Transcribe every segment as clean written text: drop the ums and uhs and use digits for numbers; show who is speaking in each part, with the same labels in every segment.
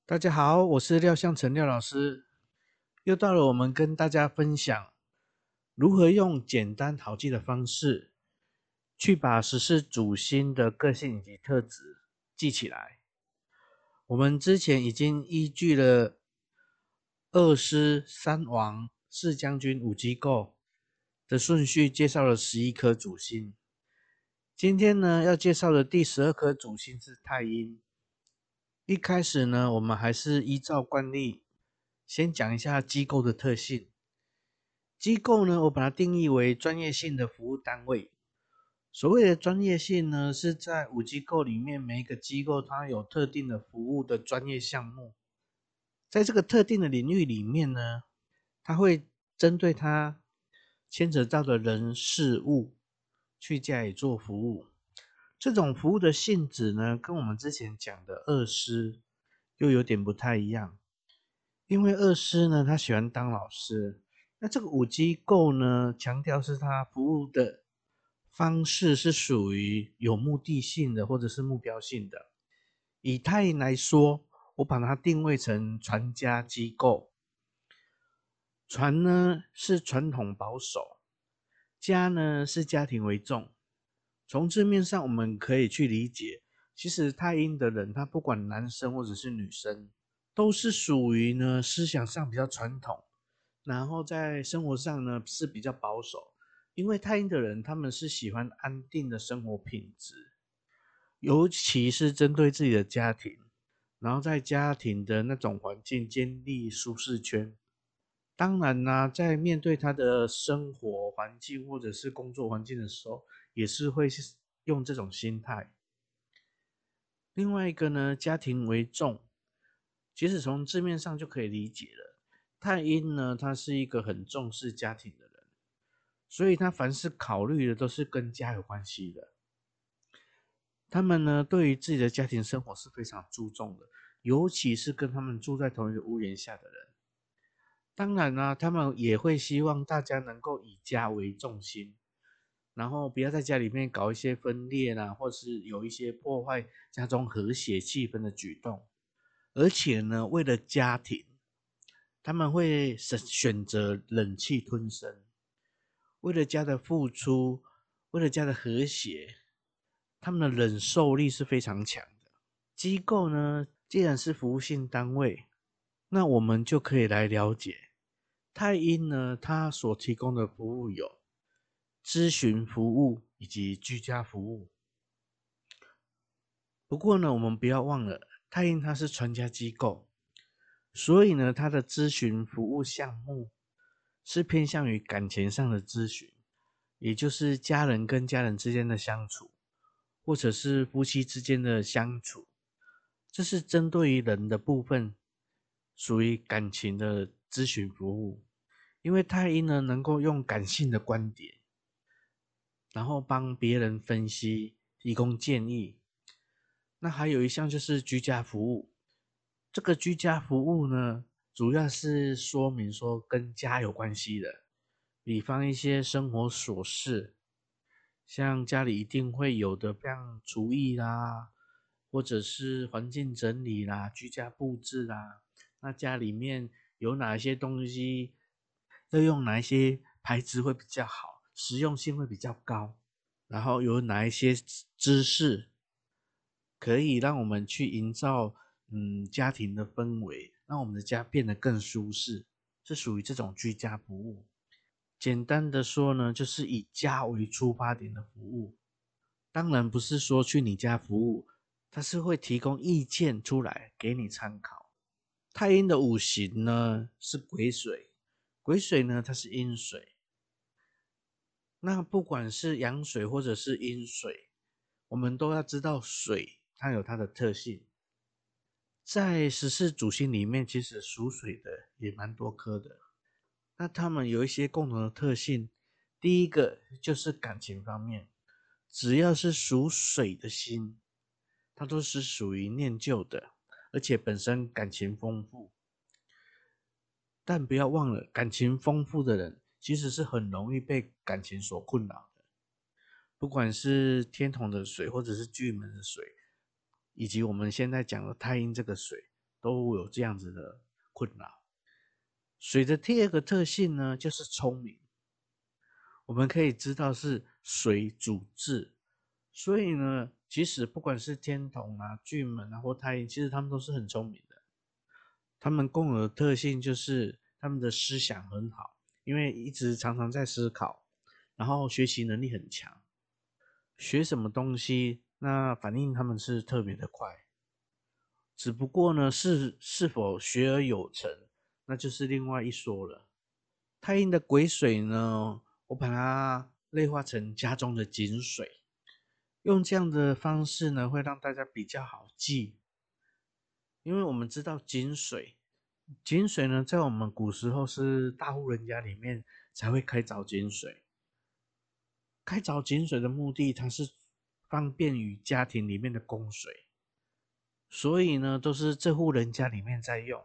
Speaker 1: 大家好，我是廖相成廖老师，又到了我们跟大家分享如何用简单好记的方式去把14主星的个性以及特质记起来。我们之前已经依据了二师、三王、四将军、五机构的顺序介绍了11颗主星。今天呢，要介绍的第12颗主星是太阴。一开始呢，我们还是依照惯例，先讲一下机构的特性。机构呢，我把它定义为专业性的服务单位。所谓的专业性呢，是在五机构里面，每一个机构它有特定的服务的专业项目，在这个特定的领域里面呢，它会针对它牵扯到的人事物去加以做服务。这种服务的性质呢，跟我们之前讲的二师又有点不太一样。因为二师呢，他喜欢当老师，那这个五机构呢，强调是他服务的方式是属于有目的性的，或者是目标性的。以太阴来说，我把它定位成传家机构。传呢是传统保守，家呢是家庭为重。从字面上我们可以去理解，其实太阴的人，他不管男生或者是女生，都是属于呢思想上比较传统，然后在生活上呢是比较保守。因为太阴的人，他们是喜欢安定的生活品质，尤其是针对自己的家庭，然后在家庭的那种环境建立舒适圈。当然啦，在面对他的生活环境或者是工作环境的时候，也是会用这种心态。另外一个呢，家庭为重，其实从字面上就可以理解了。太阴呢，他是一个很重视家庭的人，所以他凡事考虑的都是跟家有关系的。他们呢，对于自己的家庭生活是非常注重的，尤其是跟他们住在同一个屋檐下的人。当然啦，他们也会希望大家能够以家为重心，然后不要在家里面搞一些分裂啦，或是有一些破坏家中和谐气氛的举动。而且呢，为了家庭，他们会选择忍气吞声，为了家的付出，为了家的和谐，他们的忍受力是非常强的。机构呢，既然是服务性单位，那我们就可以来了解太阴呢，它所提供的服务有咨询服务以及居家服务。不过呢，我们不要忘了，太阴它是传家机构，所以呢，它的咨询服务项目是偏向于感情上的咨询，也就是家人跟家人之间的相处，或者是夫妻之间的相处，这是针对于人的部分，属于感情的咨询服务。因为太阴呢，能够用感性的观点，然后帮别人分析、提供建议。那还有一项就是居家服务，这个居家服务呢，主要是说明说跟家有关系的，比方一些生活琐事，像家里一定会有的，像厨艺啦，或者是环境整理啦、居家布置啦，那家里面有哪一些东西，要用哪一些牌子会比较好，实用性会比较高，然后有哪一些知识可以让我们去营造家庭的氛围，让我们的家变得更舒适，是属于这种居家服务。简单的说呢，就是以家为出发点的服务。当然不是说去你家服务，它是会提供意见出来给你参考。太阴的五行呢是癸水，癸水呢它是阴水。那不管是阳水或者是阴水，我们都要知道水它有它的特性。在14主星里面，其实属水的也蛮多颗的。那它们有一些共同的特性，第一个就是感情方面，只要是属水的星，它都是属于念旧的，而且本身感情丰富。但不要忘了，感情丰富的人其实是很容易被感情所困扰的。不管是天同的水，或者是巨门的水，以及我们现在讲的太阴这个水， 都有这样子的困扰。水的第二个特性呢，就是聪明。我们可以知道是水主智，所以呢，其实不管是天同啊、巨门啊或太阴，其实他们都是很聪明的。他们共有的特性就是他们的思想很好，因为一直常常在思考，然后学习能力很强，学什么东西，那反应他们是特别的快。只不过呢，是否学而有成，那就是另外一说了。太阴的癸水呢，我把它类化成家中的井水，用这样的方式呢，会让大家比较好记。因为我们知道井水呢，在我们古时候是大户人家里面才会开凿井水。开凿井水的目的，它是方便于家庭里面的供水，所以呢，都是这户人家里面在用。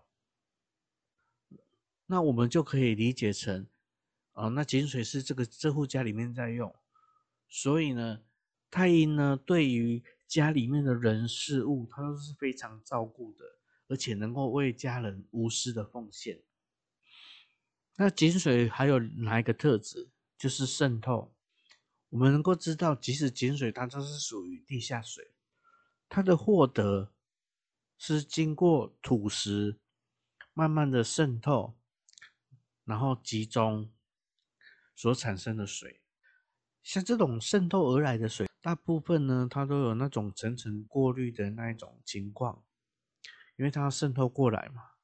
Speaker 1: 那我们就可以理解成，那井水是这户家里面在用，所以呢，太阴呢对于家里面的人事物，他都是非常照顾的，而且能够为家人无私的奉献。那井水还有哪一个特质？就是渗透。我们能够知道，即使井水它都是属于地下水，它的获得是经过土石慢慢的渗透，然后集中所产生的水。像这种渗透而来的水，大部分呢，它都有那种层层过滤的那一种情况，因为它要渗透过来嘛。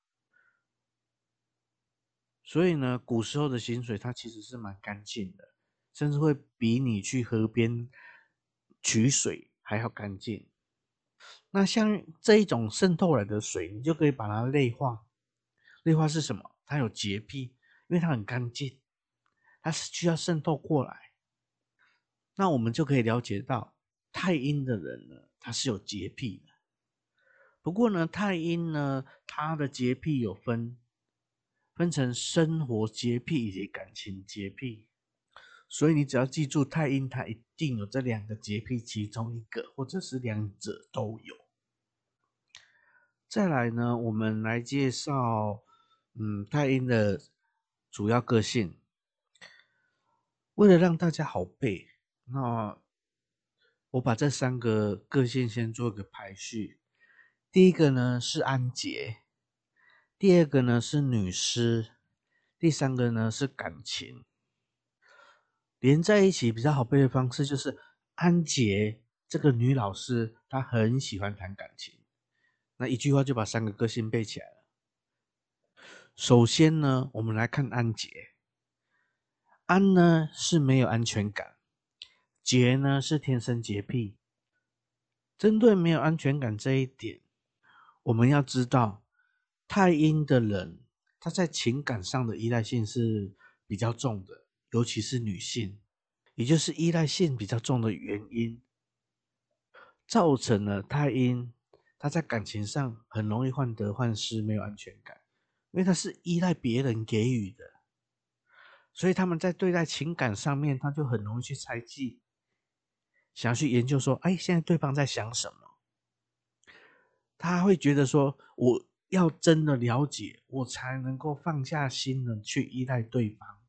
Speaker 1: 所以呢，古时候的井水它其实是蛮干净的，甚至会比你去河边取水还要干净。那像这一种渗透来的水，你就可以把它类化。类化是什么？它有洁癖，因为它很干净，它是需要渗透过来。那我们就可以了解到，太阴的人呢，他是有洁癖的。不过呢，太阴呢，他的洁癖有分成生活洁癖以及感情洁癖。所以你只要记住太阴，它一定有这两个洁癖其中一个，或者是两者都有。再来呢，我们来介绍，太阴的主要个性。为了让大家好背，那我把这三个个性先做个排序。第一个呢是安洁，第二个呢是女师，第三个呢是感情。连在一起比较好背的方式就是安洁这个女老师，她很喜欢谈感情。那一句话就把三个个性背起来了。首先呢，我们来看安洁。安呢是没有安全感，洁呢是天生洁癖。针对没有安全感这一点，我们要知道，太阴的人他在情感上的依赖性是比较重的，尤其是女性，也就是依赖性比较重的原因，造成了太阴他在感情上很容易患得患失，没有安全感，因为他是依赖别人给予的，所以他们在对待情感上面，他就很容易去猜忌，想要去研究说，哎，现在对方在想什么。他会觉得说，我要真的了解，我才能够放下心的去依赖对方。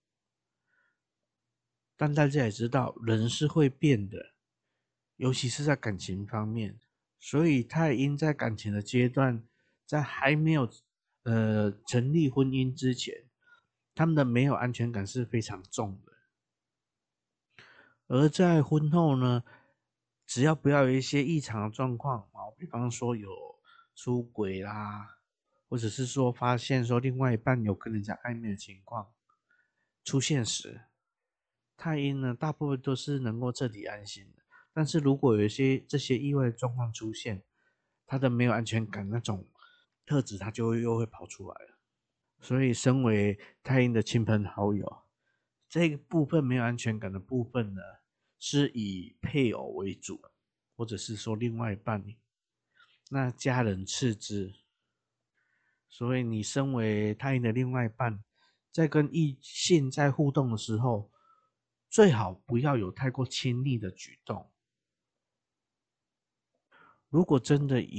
Speaker 1: 但大家也知道，人是会变的，尤其是在感情方面。所以太阴在感情的阶段，在还没有成立婚姻之前，他们的没有安全感是非常重的。而在婚后呢，只要不要有一些异常的状况啊，比方说有出轨啦，或者是说发现说另外一半有跟人家暧昧的情况出现时，太阴呢大部分都是能够彻底安心的。但是如果有一些这些意外的状况出现，他的没有安全感那种特质，他就又会跑出来了。所以，身为太阴的亲朋好友，这个部分没有安全感的部分呢，是以配偶为主，或者是说另外一半，那家人次之。所以，你身为太阴的另外一半，在跟异性在互动的时候，最好不要有太过亲密的举动。如果真的有，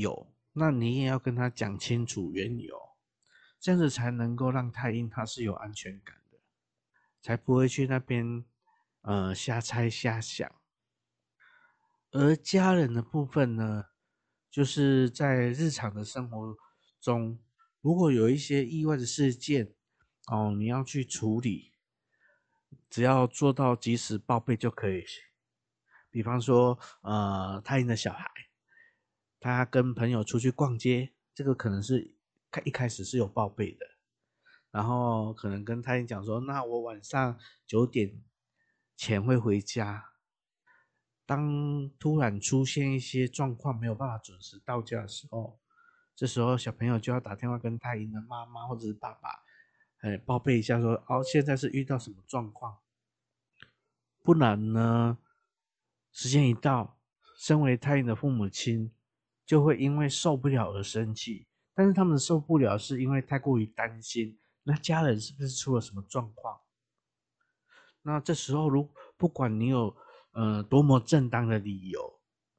Speaker 1: 那你也要跟他讲清楚缘由，这样子才能够让太阴他是有安全感的，才不会去那边瞎猜瞎想。而家人的部分呢，就是在日常的生活中，如果有一些意外的事件你要去处理，只要做到及时报备就可以。比方说太阴的小孩，他跟朋友出去逛街，这个可能是一开始是有报备的，然后可能跟太阴讲说，那我晚上9点前会回家。当突然出现一些状况没有办法准时到家的时候，这时候小朋友就要打电话跟太阴的妈妈或者是爸爸，报备一下说，现在是遇到什么状况，不然呢，时间一到，身为太阴的父母亲就会因为受不了而生气，但是他们受不了是因为太过于担心，那家人是不是出了什么状况？那这时候不管你有多么正当的理由，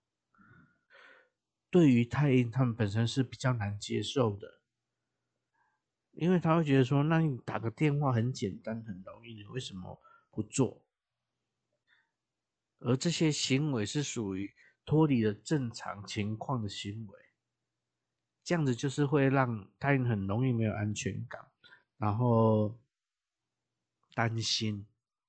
Speaker 1: 对于太阴他们本身是比较难接受的，因为他会觉得说，那你打个电话很简单很容易，你为什么不做？而这些行为是属于脱离了正常情况的行为，这样子就是会让太阴很容易没有安全感，然后担心。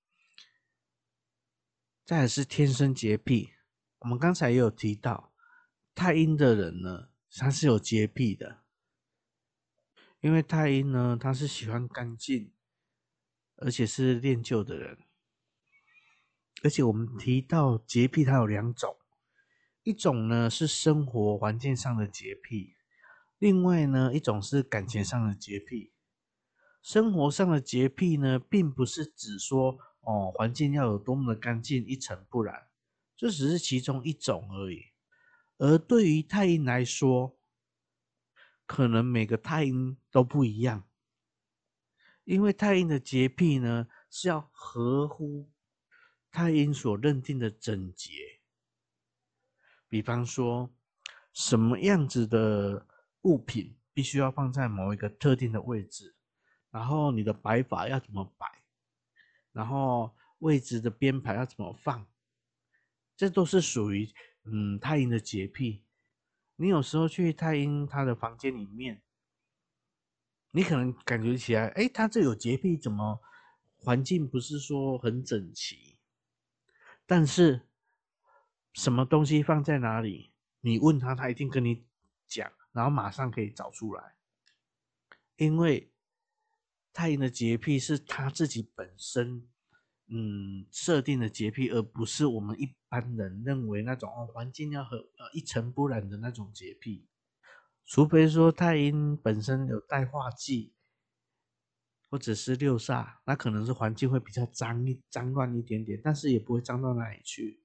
Speaker 1: 再来是天生洁癖，我们刚才也有提到，太阴的人呢，他是有洁癖的，因为太阴呢，他是喜欢干净，而且是恋旧的人。而且我们提到洁癖，它有2种，一种呢是生活环境上的洁癖，另外呢一种是感情上的洁癖。生活上的洁癖呢，并不是指说环境要有多么的干净一尘不染，这只是其中一种而已。而对于太阴来说，可能每个太阴都不一样，因为太阴的洁癖呢是要合乎太阴所认定的整洁。比方说，什么样子的物品必须要放在某一个特定的位置，然后你的摆法要怎么摆，然后位置的编排要怎么放，这都是属于太阴的洁癖。你有时候去太阴他的房间里面，你可能感觉起来，他这有洁癖，怎么环境不是说很整齐？但是什么东西放在哪里，你问他，他一定跟你讲，然后马上可以找出来。因为太阴的洁癖是他自己本身设定的洁癖，而不是我们一般人认为那种环境要一尘不染的那种洁癖。除非说太阴本身有带化忌，或者是六煞，那可能是环境会比较脏乱一点点，但是也不会脏到哪里去。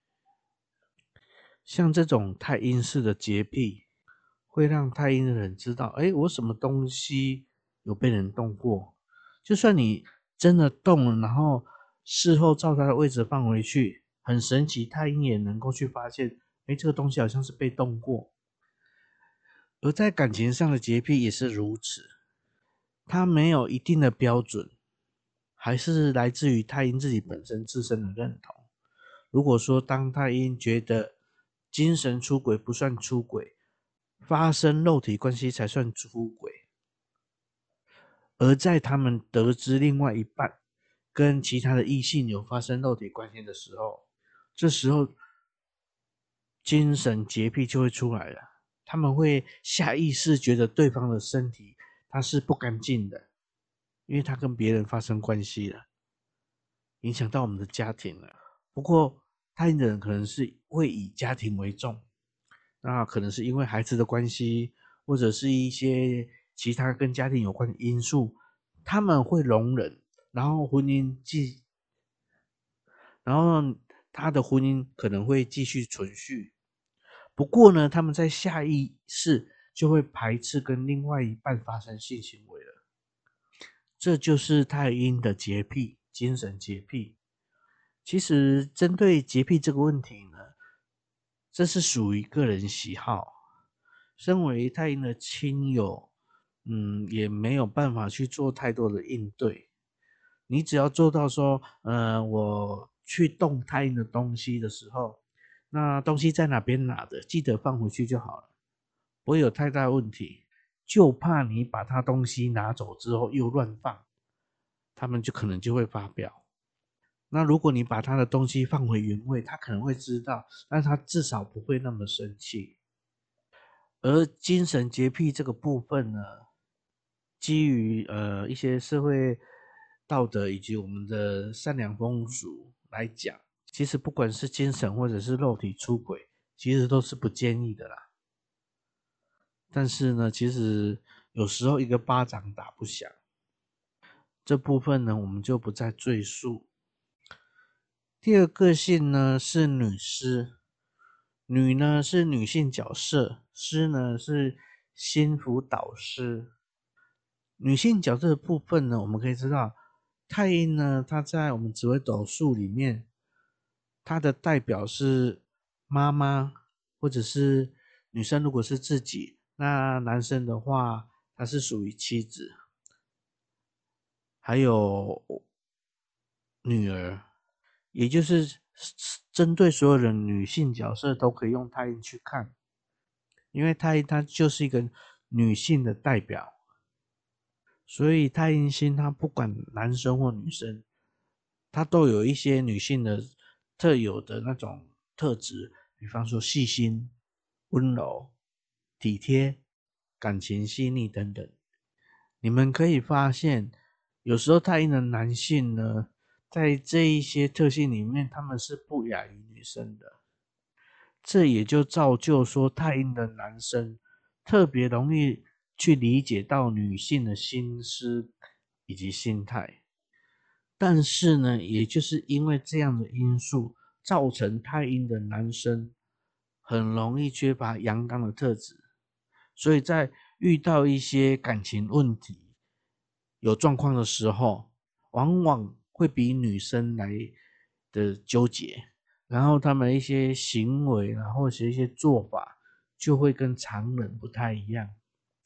Speaker 1: 像这种太阴式的洁癖，会让太阴的人知道，我什么东西有被人动过，就算你真的动了，然后事后照它的位置放回去，很神奇，太阴也能够去发现，这个东西好像是被动过。而在感情上的洁癖也是如此，它没有一定的标准，还是来自于太阴自己本身自身的认同。如果说当太阴觉得精神出轨不算出轨，发生肉体关系才算出轨，而在他们得知另外一半跟其他的异性有发生肉体关系的时候，这时候精神洁癖就会出来了。他们会下意识觉得对方的身体它是不干净的，因为他跟别人发生关系了，影响到我们的家庭了。不过太阴的人可能是会以家庭为重，那可能是因为孩子的关系，或者是一些其他跟家庭有关的因素，他们会容忍，然后然后他的婚姻可能会继续存续。不过呢，他们在下意识就会排斥跟另外一半发生性行为了。这就是太阴的洁癖，精神洁癖。其实针对洁癖这个问题呢，这是属于个人喜好。 身为太阴的亲友，也没有办法去做太多的应对。你只要做到说，我去动太阴的东西的时候，那东西在哪边拿的，记得放回去就好了，不会有太大问题。就怕你把他东西拿走之后又乱放，他们就可能就会发飙。那如果你把他的东西放回原位，他可能会知道，但他至少不会那么生气。而精神洁癖这个部分呢，基于一些社会道德以及我们的善良风俗来讲，其实不管是精神或者是肉体出轨，其实都是不建议的啦。但是呢，其实有时候一个巴掌打不响，这部分呢我们就不再赘述。第二个性呢是女师，女呢是女性角色，师呢是心辅导师。女性角色的部分呢，我们可以知道，太阴呢，它在我们紫微斗数里面，它的代表是妈妈，或者是女生如果是自己，那男生的话，他是属于妻子，还有女儿，也就是针对所有的女性角色都可以用太阴去看，因为太阴它就是一个女性的代表。所以太阴星它不管男生或女生，它都有一些女性的特有的那种特质，比方说细心、温柔、体贴、感情细腻等等。你们可以发现，有时候太阴的男性呢，在这一些特性里面，他们是不亚于女生的。这也就造就说，太阴的男生特别容易去理解到女性的心思以及心态，但是呢，也就是因为这样的因素，造成太阴的男生很容易缺乏阳刚的特质，所以在遇到一些感情问题有状况的时候，往往会比女生来的纠结，然后他们一些行为，然后是一些做法，就会跟常人不太一样。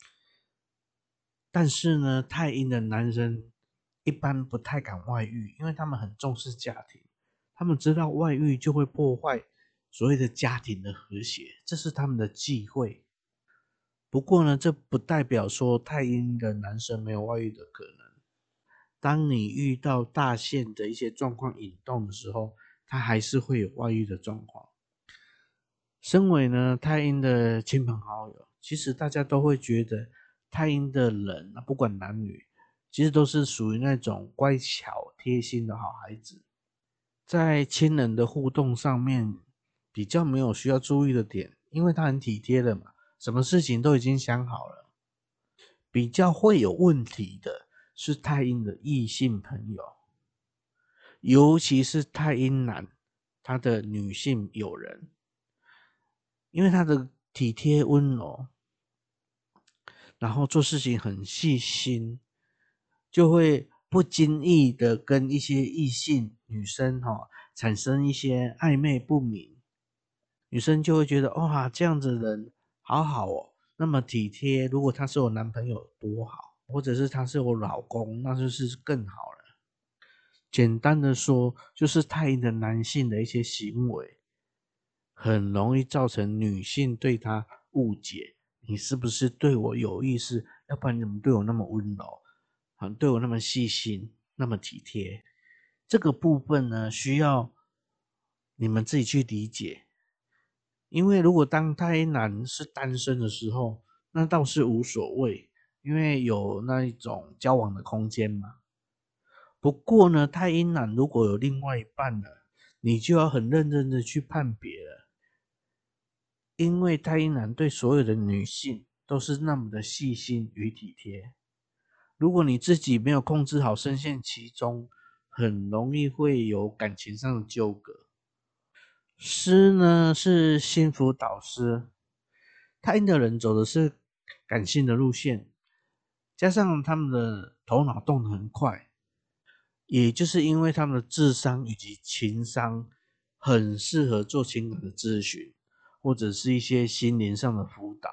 Speaker 1: 但是呢，太阴的男人一般不太敢外遇，因为他们很重视家庭，他们知道外遇就会破坏所谓的家庭的和谐，这是他们的忌讳。不过呢，这不代表说太阴的男生没有外遇的可能。当你遇到大限的一些状况引动的时候，他还是会有外遇的状况。身为呢太阴的亲朋好友，其实大家都会觉得太阴的人，不管男女，其实都是属于那种乖巧贴心的好孩子，在亲人的互动上面比较没有需要注意的点，因为他很体贴的嘛，什么事情都已经想好了。比较会有问题的是太阴的异性朋友，尤其是太阴男，他的女性友人，因为他的体贴温柔，然后做事情很细心，就会不经意的跟一些异性女生产生一些暧昧不明，女生就会觉得哇，这样子的人好好哦，那么体贴，如果他是我男朋友多好，或者是他是我老公，那就是更好了。简单的说，就是太阴的男性的一些行为，很容易造成女性对他误解，你是不是对我有意思？要不然你怎么对我那么温柔，对我那么细心，那么体贴？这个部分呢，需要你们自己去理解。因为如果当太阴男是单身的时候，那倒是无所谓，因为有那一种交往的空间嘛。不过呢，太阴男如果有另外一半了，你就要很认真的去判别了，因为太阴男对所有的女性都是那么的细心与体贴。如果你自己没有控制好，深陷其中，很容易会有感情上的纠葛。师呢是心辅导师，太阴的人走的是感性的路线，加上他们的头脑动得很快，也就是因为他们的智商以及情商很适合做情感的咨询，或者是一些心灵上的辅导，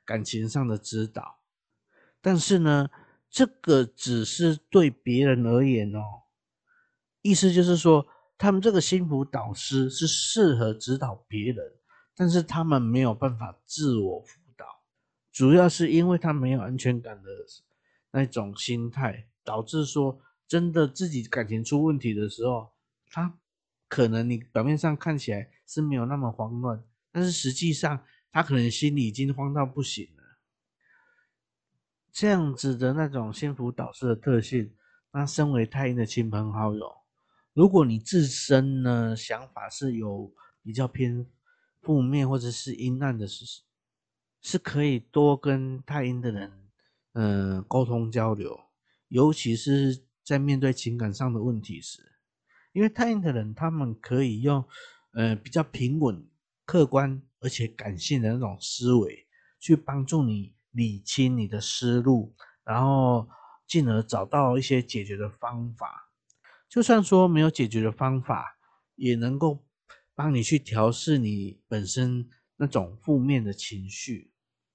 Speaker 1: 感情上的指导。但是呢，这个只是对别人而言哦，意思就是说，他们这个心辅导师是适合指导别人，但是他们没有办法自我辅导，主要是因为他没有安全感的那种心态，导致说真的自己感情出问题的时候，他可能你表面上看起来是没有那么慌乱，但是实际上他可能心里已经慌到不行了。这样子的那种心辅导师的特性，那身为太阴的亲朋好友，如果你自身呢想法是有比较偏负面或者是阴暗的事，是可以多跟太阴的人沟通交流，尤其是在面对情感上的问题时，因为太阴的人他们可以用比较平稳、客观而且感性的那种思维去帮助你理清你的思路，然后进而找到一些解决的方法。就算说没有解决的方法，也能够帮你去调试你本身那种负面的情绪。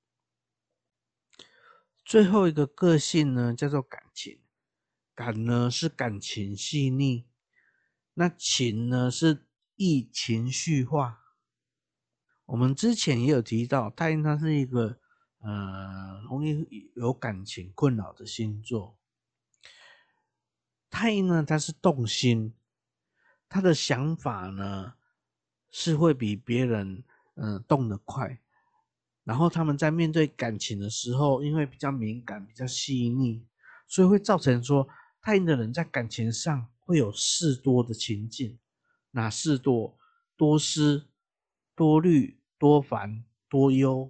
Speaker 1: 最后一个个性呢，叫做感情。感呢是感情细腻，那情呢是易情绪化。我们之前也有提到，太阴它是一个容易有感情困扰的星座。太阴呢，它是动心，他的想法呢是会比别人动得快，然后他们在面对感情的时候，因为比较敏感、比较细腻，所以会造成说太阴的人在感情上会有事多的情境。哪事多？多思、多虑、多烦、多忧，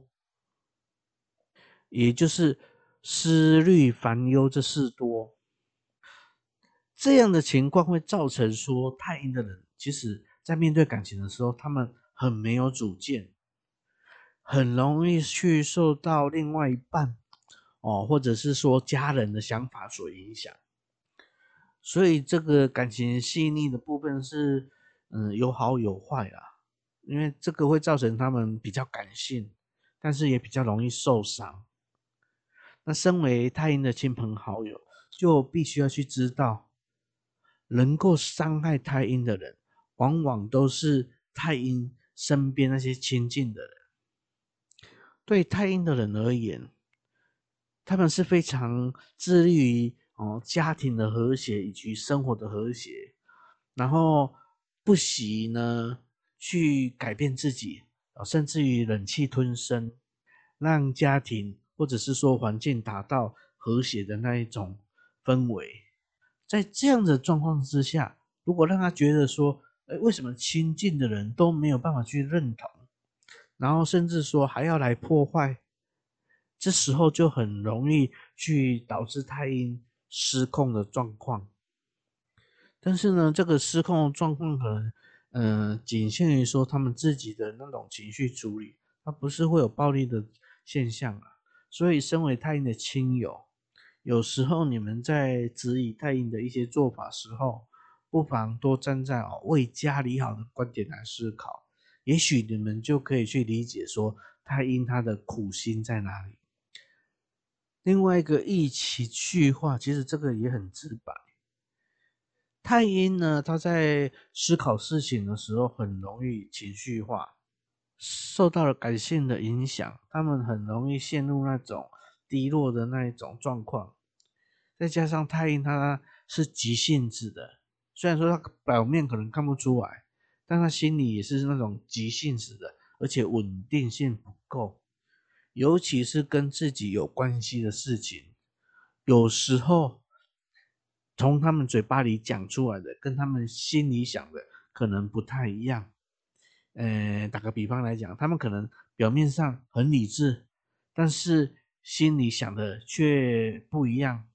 Speaker 1: 也就是思虑、烦忧这事多。这样的情况会造成说太阴的人，其实在面对感情的时候，他们很没有主见，很容易去受到另外一半或者是说家人的想法所影响。所以这个感情细腻的部分是有好有坏啦，因为这个会造成他们比较感性，但是也比较容易受伤。那身为太阴的亲朋好友，就必须要去知道，能够伤害太阴的人，往往都是太阴身边那些亲近的人。对太阴的人而言，他们是非常致力于家庭的和谐以及生活的和谐，然后不惜呢去改变自己，甚至于忍气吞声，让家庭或者是说环境达到和谐的那一种氛围。在这样的状况之下，如果让他觉得说，为什么亲近的人都没有办法去认同，然后甚至说还要来破坏，这时候就很容易去导致太阴失控的状况。但是呢，这个失控的状况可能，仅限于说他们自己的那种情绪处理，它不是会有暴力的现象啊。所以，身为太阴的亲友，有时候你们在指引太阴的一些做法时候，不妨多站在为家里好的观点来思考，也许你们就可以去理解说太阴他的苦心在哪里。另外一个意气去化，其实这个也很直白。太阴呢，他在思考事情的时候很容易情绪化，受到了感性的影响，他们很容易陷入那种低落的那一种状况。再加上太阴他是急性子的，虽然说他表面可能看不出来，但他心里也是那种急性子的，而且稳定性不够，尤其是跟自己有关系的事情，有时候从他们嘴巴里讲出来的，跟他们心里想的可能不太一样。打个比方来讲，他们可能表面上很理智，但是心里想的却不一样。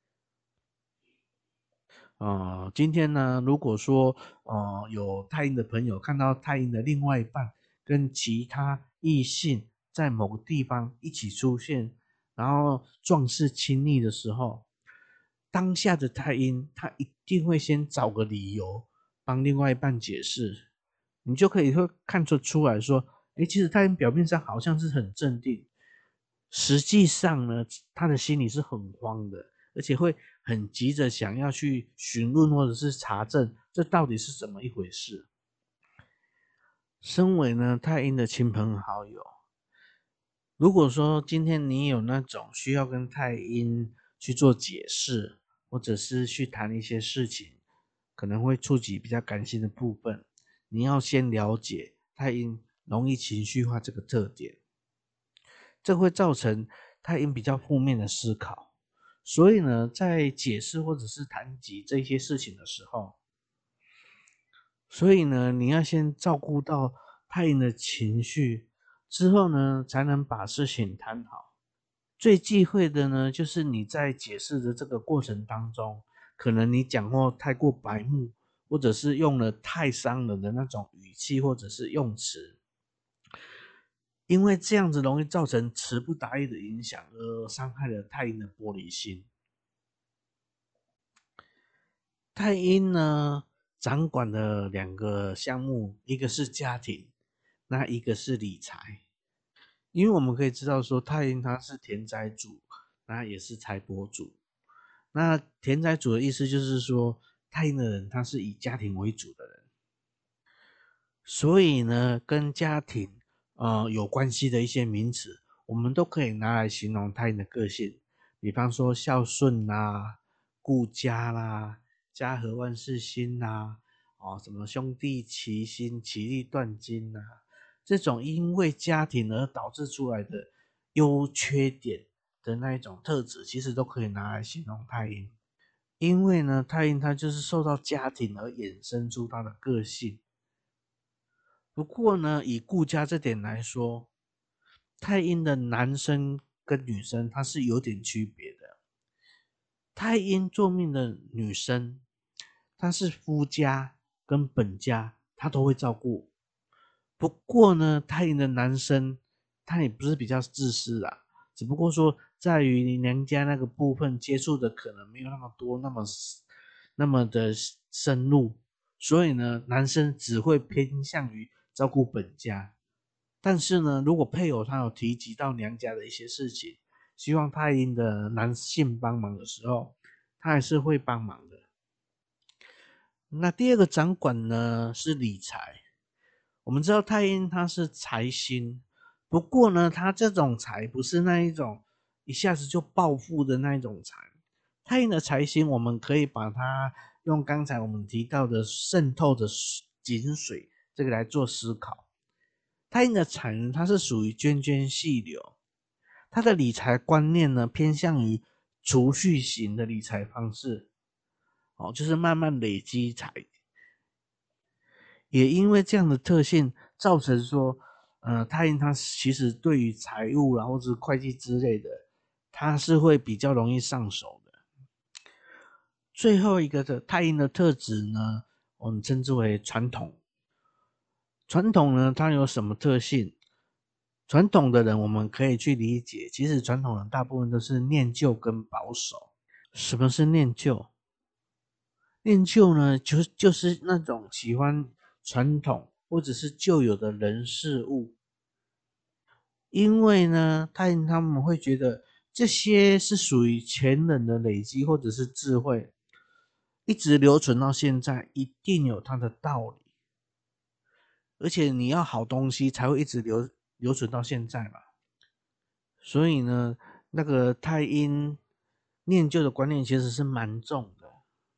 Speaker 1: 今天呢，如果说有太阴的朋友看到太阴的另外一半跟其他异性在某个地方一起出现，然后壮士亲昵的时候，当下的太阴他一定会先找个理由帮另外一半解释，你就可以会看出来说，其实太阴表面上好像是很镇定， 实际上呢，他的心里是很慌的，而且会很急着想要去询问或者是查证，这到底是怎么一回事。身为呢太阴的亲朋好友，如果说今天你有那种需要跟太阴去做解释，或者是去谈一些事情，可能会触及比较感性的部分，你要先了解太阴容易情绪化这个特点，这会造成太阴比较负面的思考。所以呢，在解释或者是谈及这些事情的时候，所以呢，你要先照顾到太阴的情绪，之后呢，才能把事情谈好。最忌讳的呢，就是你在解释的这个过程当中，可能你讲话太过白目，或者是用了太伤人的那种语气或者是用词，因为这样子容易造成词不达意的影响，而伤害了太阴的玻璃心。太阴呢，掌管的两个项目，一个是家庭，那一个是理财。因为我们可以知道说，太阴它是田宅主，那也是财帛主。那田宅主的意思就是说，太阴的人他是以家庭为主的人，所以呢，跟家庭有关系的一些名词，我们都可以拿来形容太阴的个性。比方说孝顺啦、顾家啦、家和万事兴啦，什么兄弟齐心、其利断金啦，这种因为家庭而导致出来的优缺点的那一种特质，其实都可以拿来形容太阴。因为呢，太阴它就是受到家庭而衍生出它的个性。不过呢，以顾家这点来说，太阴的男生跟女生它是有点区别的。太阴坐命的女生，她是夫家跟本家她都会照顾。不过呢，太阴的男生他也不是比较自私啊，只不过说在于娘家那个部分接触的可能没有那么多，那么的深入，所以呢，男生只会偏向于照顾本家。但是呢，如果配偶他有提及到娘家的一些事情，希望太阴的男性帮忙的时候，他还是会帮忙的。那第二个掌管呢是理财。我们知道太阴它是财星，不过呢，它这种财不是那一种一下子就暴富的那一种财。太阴的财星，我们可以把它用刚才我们提到的渗透的井水这个来做思考。太阴的财呢，它是属于涓涓细流，它的理财观念呢偏向于储蓄型的理财方式，就是慢慢累积财。也因为这样的特性，造成说，太阴它其实对于财务啦或者是会计之类的，它是会比较容易上手的。最后一个的太阴的特质呢，我们称之为传统。传统呢，它有什么特性？传统的人我们可以去理解，其实传统人大部分都是念旧跟保守。什么是念旧？念旧呢，就是那种喜欢传统或者是旧有的人事物，因为呢，他们会觉得这些是属于前人的累积或者是智慧，一直留存到现在，一定有它的道理。而且你要好东西才会一直留存到现在嘛。所以呢，那个太阴念旧的观念其实是蛮重的。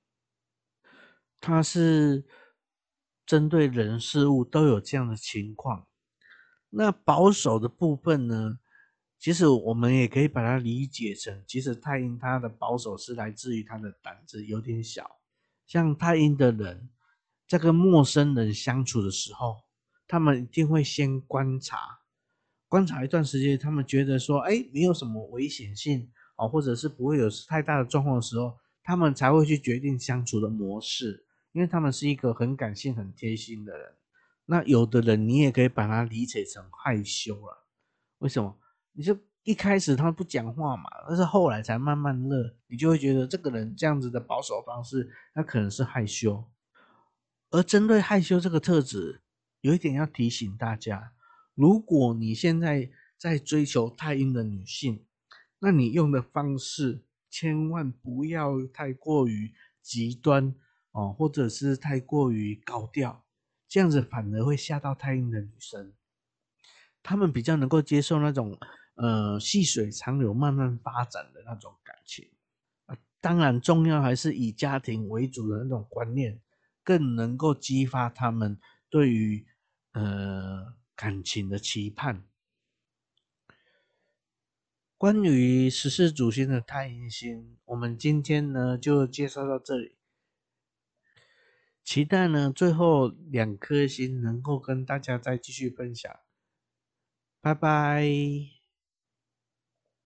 Speaker 1: 它是针对人事物都有这样的情况。那保守的部分呢，其实我们也可以把它理解成，其实太阴它的保守是来自于他的胆子有点小。像太阴的人，在跟陌生人相处的时候，他们一定会先观察，观察一段时间，他们觉得说，哎，没有什么危险性或者是不会有太大的状况的时候，他们才会去决定相处的模式，因为他们是一个很感性、很贴心的人。那有的人你也可以把他理解成害羞了，为什么？你就一开始他不讲话嘛，但是后来才慢慢热，你就会觉得这个人这样子的保守方式，他可能是害羞。而针对害羞这个特质，有一点要提醒大家，如果你现在在追求太阴的女性，那你用的方式千万不要太过于极端哦，或者是太过于高调，这样子反而会吓到太阴的女生。她们比较能够接受那种细水长流、慢慢发展的那种感情。当然，重要还是以家庭为主的那种观念，更能够激发他们对于感情的期盼。关于14主星的太阴星，我们今天呢就介绍到这里。期待呢最后2颗星能够跟大家再继续分享。拜拜。